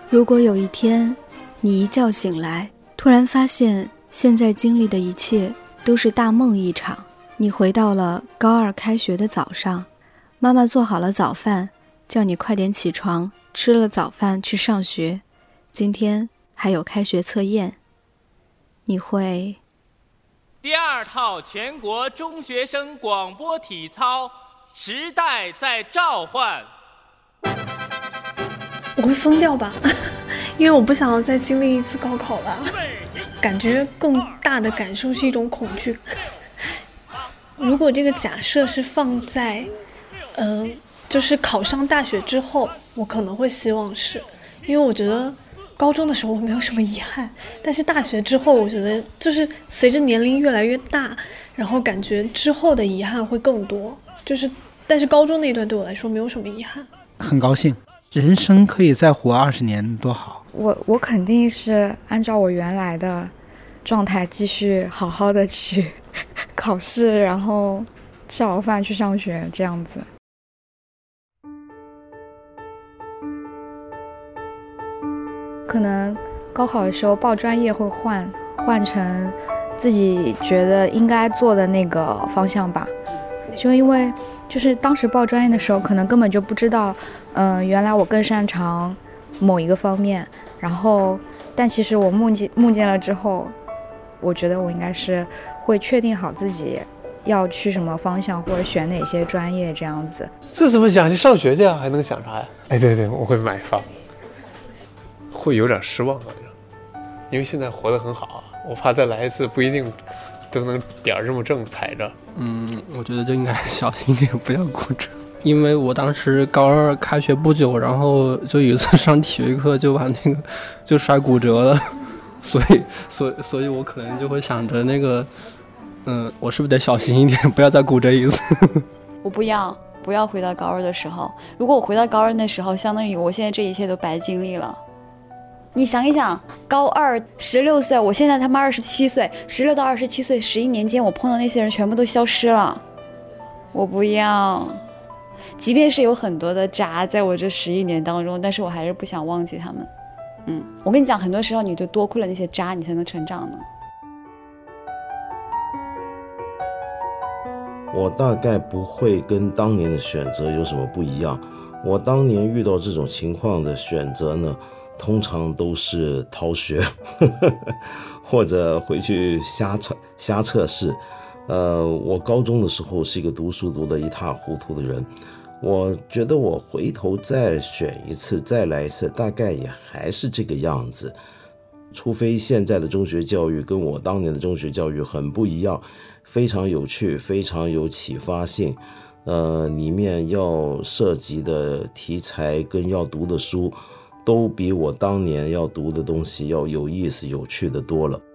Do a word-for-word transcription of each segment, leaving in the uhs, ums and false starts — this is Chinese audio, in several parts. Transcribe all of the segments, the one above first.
如果有一天你一觉醒来，突然发现现在经历的一切都是大梦一场，你回到了高二开学的早上，妈妈做好了早饭，叫你快点起床，吃了早饭去上学，今天还有开学测验，你会？ 第二套全国中学生广播体操，时代在召唤。 我会疯掉吧，因为我不想要再经历一次高考了，感觉更大的感受是一种恐惧。如果这个假设是放在，呃，就是考上大学之后，我可能会希望是，因为我觉得高中的时候我没有什么遗憾，但是大学之后，我觉得就是随着年龄越来越大，然后感觉之后的遗憾会更多。就是，但是高中那一段对我来说没有什么遗憾。 很高兴，人生可以再活二十年，多好。 我我肯定是按照我原来的状态继续好好的去考试，然后吃好饭去上学这样子。可能高考的时候报专业会换换成自己觉得应该做的那个方向吧，就因为就是当时报专业的时候可能根本就不知道嗯、呃，原来我更擅长某一个方面，然后但其实我梦见梦见了之后，我觉得我应该是会确定好自己要去什么方向或者选哪些专业这样子。 这怎么想去上学去啊？还能想啥呀？哎，对对，我会买房。会有点失望，反正，因为现在活得很好，我怕再来一次不一定都能点儿这么正踩着。 嗯，我觉得就应该小心一点，不要骨折。因为我当时高二开学不久，然后就有一次上体育课就把那个就摔骨折了，所以所以所以我可能就会想着那个，嗯，我是不是得小心一点，不要再骨折一次。 我不要不要回到高二的时候，如果我回到高二那时候，相当于我现在这一切都白经历了。你想一想，高二十六岁，我现在他妈二十七岁，十六到二十七岁十一年间，我碰到那些人全部都消失了。我不要，即便是有很多的渣在我这十一年当中，但是我还是不想忘记他们。嗯，我跟你讲，很多时候你就多亏了那些渣，你才能成长呢。 我大概不会跟当年的选择有什么不一样。我当年遇到这种情况的选择呢，通常都是逃学或者回去瞎测瞎测试。呃，我高中的时候是一个读书读得一塌糊涂的人，我觉得我回头再选一次再来一次，大概也还是这个样子，除非现在的中学教育跟我当年的中学教育很不一样，非常有趣，非常有启发性，呃，里面要涉及的题材跟要读的书都比我当年要读的东西要有意思有趣的多了。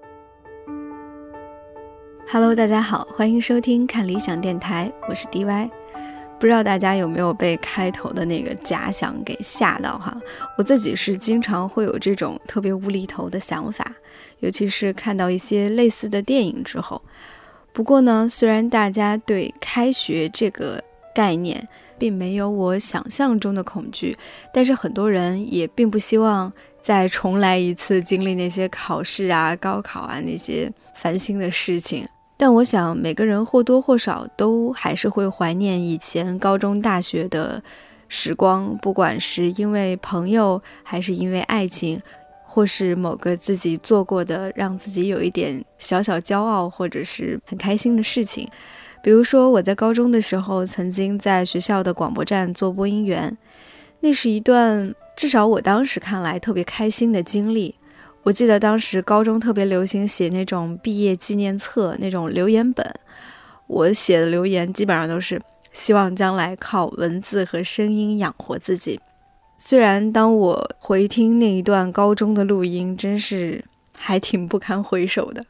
Hello， 大家好，欢迎收听看理想电台，我是 D Y。 不知道大家有没有被开头的那个假想给吓到哈？我自己是经常会有这种特别无厘头的想法，尤其是看到一些类似的电影之后。不过呢，虽然大家对开学这个概念并没有我想象中的恐惧，但是很多人也并不希望再重来一次经历那些考试啊、高考啊那些烦心的事情。但我想每个人或多或少都还是会怀念以前高中大学的时光，不管是因为朋友还是因为爱情，或是某个自己做过的让自己有一点小小骄傲或者是很开心的事情。比如说我在高中的时候曾经在学校的广播站做播音员，那是一段至少我当时看来特别开心的经历。我记得当时高中特别流行写那种毕业纪念册，那种留言本，我写的留言基本上都是希望将来靠文字和声音养活自己。虽然当我回听那一段高中的录音，真是还挺不堪回首的。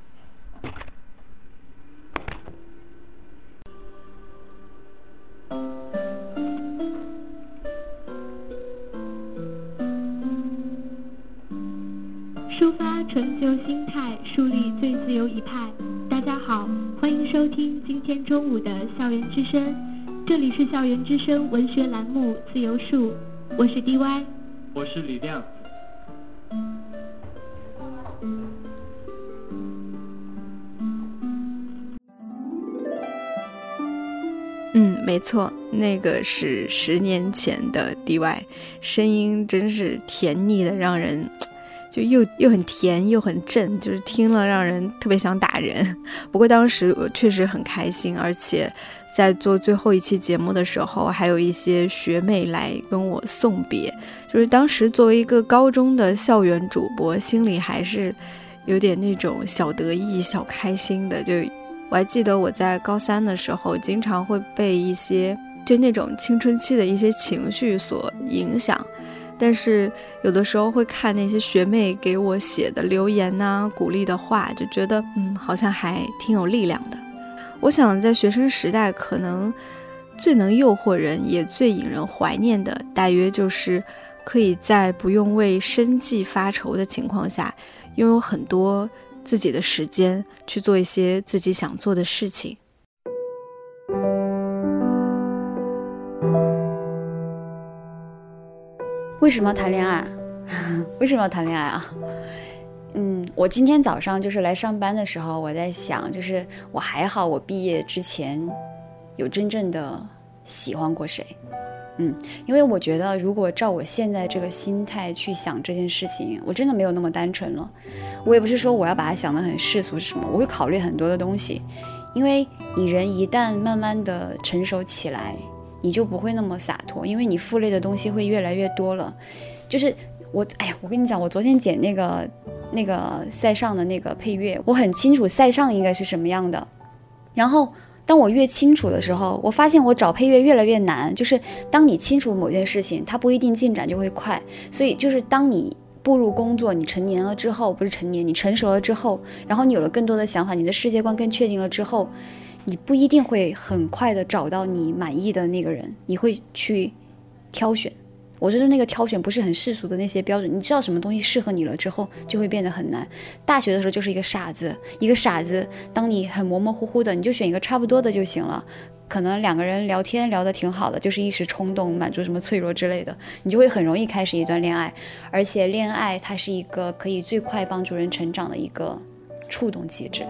抒发纯旧心态，树立最自由一派。大家好，欢迎收听今天中午的校园之声，这里是校园之声文学栏目自由树，我是 D Y。 我是李亮。 嗯，没错，那个是十年前的 D Y， 声音真是甜腻的，让人就又又很甜又很正，就是听了让人特别想打人。不过当时我确实很开心，而且在做最后一期节目的时候，还有一些学妹来跟我送别。就是当时作为一个高中的校园主播，心里还是有点那种小得意小开心的。就我还记得我在高三的时候，经常会被一些就那种青春期的一些情绪所影响，但是有的时候会看那些学妹给我写的留言啊，鼓励的话，就觉得嗯，好像还挺有力量的。我想在学生时代，可能最能诱惑人也最引人怀念的，大约就是可以在不用为生计发愁的情况下，拥有很多自己的时间去做一些自己想做的事情。 为什么要谈恋爱？为什么要谈恋爱啊？嗯，我今天早上就是来上班的时候，我在想，就是我还好，我毕业之前有真正的喜欢过谁。嗯，因为我觉得如果照我现在这个心态去想这件事情，我真的没有那么单纯了。我也不是说我要把它想得很世俗是什么，我会考虑很多的东西。因为你人一旦慢慢的成熟起来，你就不会那么洒脱，因为你负累的东西会越来越多了。就是我，哎呀，我跟你讲，我昨天剪那个那个塞尚的那个配乐，我很清楚塞尚应该是什么样的。然后当我越清楚的时候，我发现我找配乐越来越难。就是当你清楚某件事情，它不一定进展就会快。所以就是当你步入工作，你成年了之后，不是成年，你成熟了之后，然后你有了更多的想法，你的世界观更确定了之后，你不一定会很快的找到你满意的那个人，你会去挑选。我觉得那个挑选不是很世俗的那些标准，你知道什么东西适合你了之后，就会变得很难。大学的时候就是一个傻子，一个傻子，当你很模模糊糊的，你就选一个差不多的就行了。可能两个人聊天聊得挺好的，就是一时冲动，满足什么脆弱之类的，你就会很容易开始一段恋爱。而且恋爱它是一个可以最快帮助人成长的一个触动机制。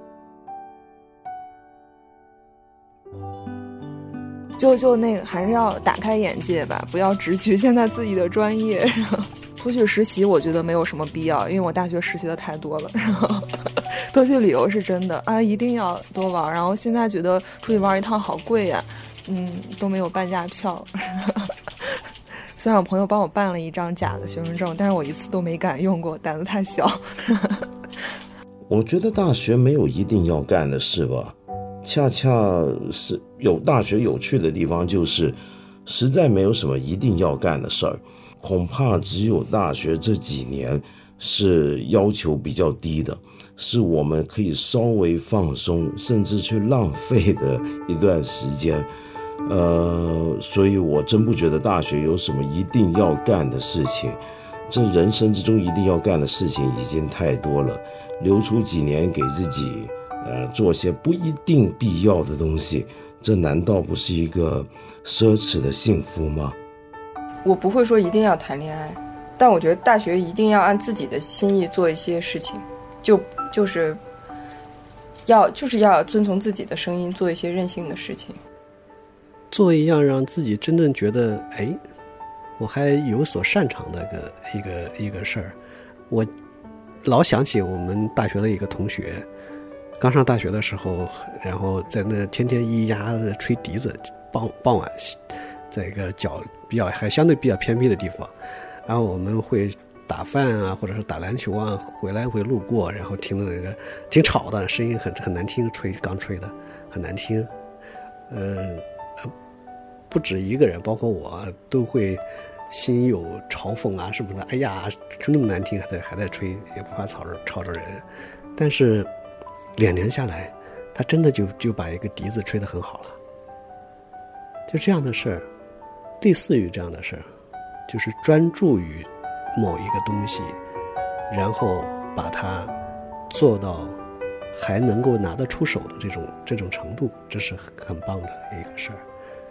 就就那个还是要打开眼界吧，不要只局限在自己的专业。然后出去实习我觉得没有什么必要，因为我大学实习的太多了。然后多去旅游是真的啊，一定要多玩。然后现在觉得出去玩一趟好贵呀，嗯，都没有半价票。虽然我朋友帮我办了一张假的学生证，但是我一次都没敢用过，胆子太小。 我觉得大学没有一定要干的事吧，恰恰是有大学有趣的地方，就是实在没有什么一定要干的事儿。恐怕只有大学这几年是要求比较低的，是我们可以稍微放松甚至去浪费的一段时间。呃，所以我真不觉得大学有什么一定要干的事情，这人生之中一定要干的事情已经太多了，留出几年给自己呃，做些不一定必要的东西，这难道不是一个奢侈的幸福吗？ 我不会说一定要谈恋爱，但我觉得大学一定要按自己的心意做一些事情，就就是要就是要遵从自己的声音，做一些任性的事情， 做一样让自己真正觉得，哎，我还有所擅长的一个一个一个事儿。我老想起我们大学的一个同学。刚上大学的时候，然后在那天天咿呀的吹笛子，傍傍晚，在一个角比较还相对比较偏僻的地方，然后我们会打饭啊，或者是打篮球啊，回来会路过，然后听到那个挺吵的声音很很难听，吹刚吹的很难听，呃，不止一个人，包括我都会心有嘲讽啊，是不是？哎呀，吹那么难听，还在还在吹，也不怕吵着吵着人，但是。两年下来，他真的就就把一个笛子吹得很好了。就这样的事儿，类似于这样的事儿，就是专注于某一个东西，然后把它做到还能够拿得出手的这种这种程度，这是很棒的一个事儿。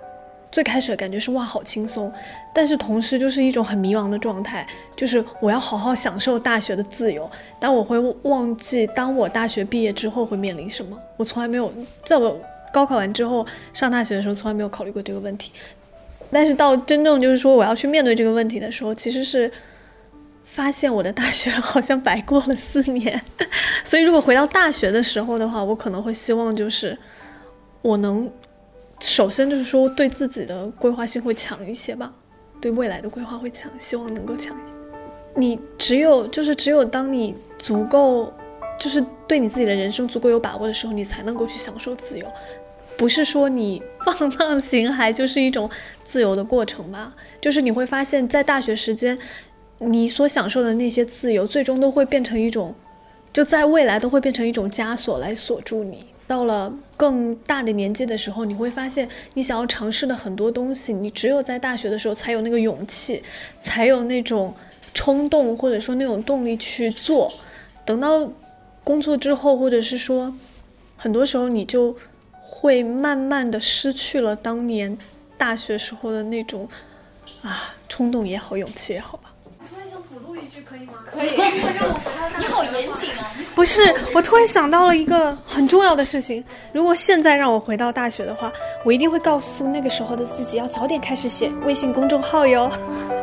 最开始的感觉是哇好轻松，但是同时就是一种很迷茫的状态，就是我要好好享受大学的自由，但我会忘记当我大学毕业之后会面临什么。我从来没有在我高考完之后上大学的时候从来没有考虑过这个问题，但是到真正就是说我要去面对这个问题的时候，其实是发现我的大学好像白过了四年。所以如果回到大学的时候的话，我可能会希望就是我能首先就是说对自己的规划性会强一些吧，对未来的规划会强，希望能够强一些。你只有就是只有当你足够就是对你自己的人生足够有把握的时候，你才能够去享受自由。不是说你放浪形骸就是一种自由的过程吧，就是你会发现在大学时间你所享受的那些自由最终都会变成一种，就在未来都会变成一种枷锁来锁住你。到了更大的年纪的时候，你会发现你想要尝试的很多东西，你只有在大学的时候才有那个勇气，才有那种冲动或者说那种动力去做。等到工作之后，或者是说很多时候你就会慢慢的失去了当年大学时候的那种啊冲动也好，勇气也好吧。 突然想补录一句可以吗？ 可以。你好严谨啊。 不是，我突然想到了一个很重要的事情，如果现在让我回到大学的话，我一定会告诉那个时候的自己要早点开始写微信公众号哟。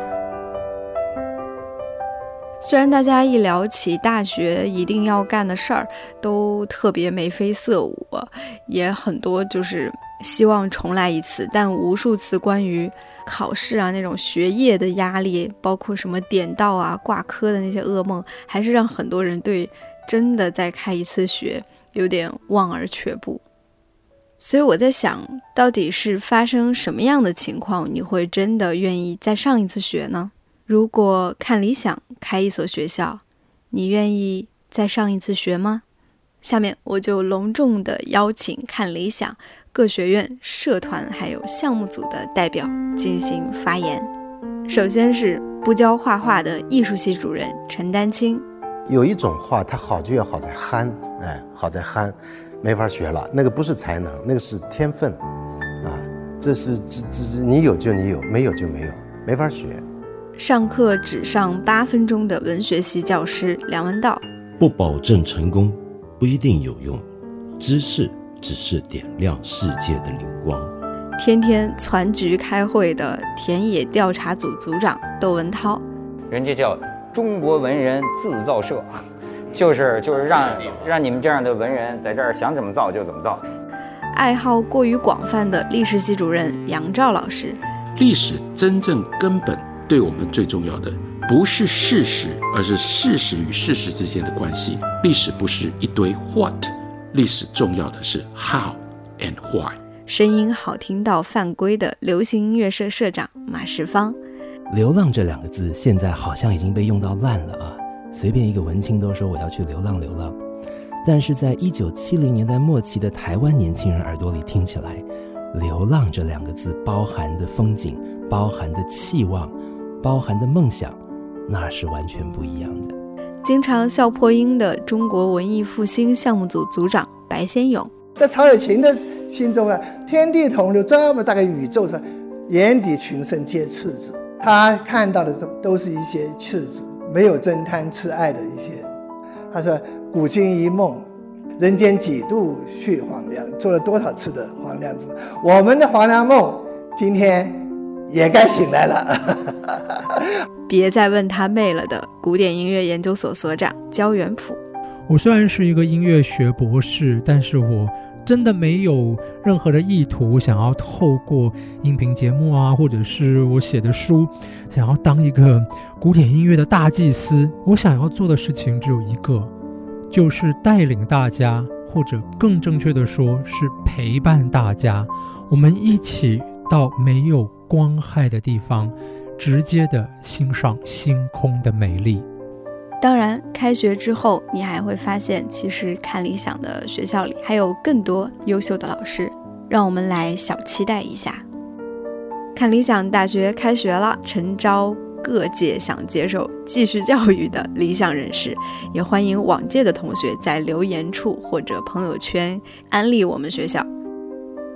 虽然大家一聊起大学一定要干的事儿都特别眉飞色舞，也很多就是希望重来一次，但无数次关于考试啊那种学业的压力，包括什么点到啊挂科的那些噩梦，还是让很多人对真的再开一次学有点望而却步。所以我在想，到底是发生什么样的情况你会真的愿意再上一次学呢？如果看理想开一所学校，你愿意再上一次学吗？下面我就隆重的邀请看理想各学院社团还有项目组的代表进行发言。首先是不教画画的艺术系主任陈丹青。 有一种画它好就要好在憨，哎，好在憨，没法学了，那个不是才能，那个是天分啊，这是这这是你有就你有，没有就没有，没法学。 上课只上八分钟的文学系教师梁文道。 不保证成功，不一定有用，知识只是点亮世界的灵光。 天天攒局开会的田野调查组组长窦文涛。 人家叫中国文人自造社，就是就是让让你们这样的文人在这儿想怎么造就怎么造。 爱好过于广泛的历史系主任杨照老师。 历史真正根本对我们最重要的不是事实，而是事实与事实之间的关系。历史不是一堆 what， 历史重要的是 how and why。 声音好听到犯规的流行音乐社社长马世芳。 流浪这两个字现在好像已经被用到烂了啊，随便一个文青都说我要去流浪流浪。但是在一九七零年代末期的台湾年轻人耳朵里听起来，流浪这两个字包含的风景，包含的期望，包含的梦想，那是完全不一样的。 经常笑破音的中国文艺复兴项目组组长白先勇。 在曹雪芹的心中啊，天地同流这么大个宇宙上，眼底群生皆赤子，他看到的都是一些赤子，没有真贪痴爱的一些人。他说古今一梦，人间几度续黄粱，做了多少次的黄粱梦，我们的黄粱梦今天也该醒来了。 别再问他妹了的古典音乐研究所所长焦元溥。 我虽然是一个音乐学博士，但是我真的没有任何的意图想要透过音频节目啊，或者是我写的书，想要当一个古典音乐的大祭司。我想要做的事情只有一个，就是带领大家，或者更正确的说是陪伴大家，我们一起到没有光害的地方，直接的欣赏星空的美丽。 当然开学之后你还会发现，其实看理想的学校里还有更多优秀的老师，让我们来小期待一下。看理想大学开学了，诚招各界想接受继续教育的理想人士，也欢迎往届的同学在留言处或者朋友圈安利我们学校。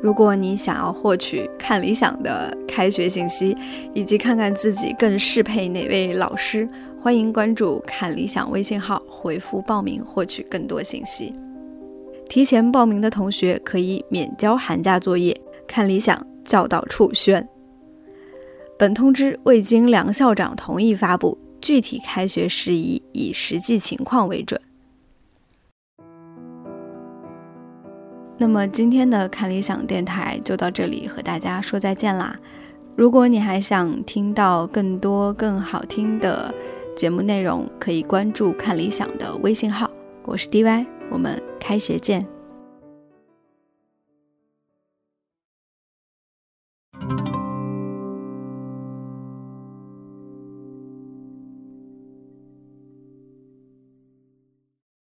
如果你想要获取看理想的开学信息，以及看看自己更适配哪位老师，欢迎关注看理想微信号，回复报名获取更多信息。提前报名的同学可以免交寒假作业，看理想教导处宣。本通知未经梁校长同意发布，具体开学事宜以实际情况为准。那么今天的看理想电台就到这里，和大家说再见啦。如果你还想听到更多更好听的节目内容，可以关注看理想的微信号，我是 D Y， 我们开学见。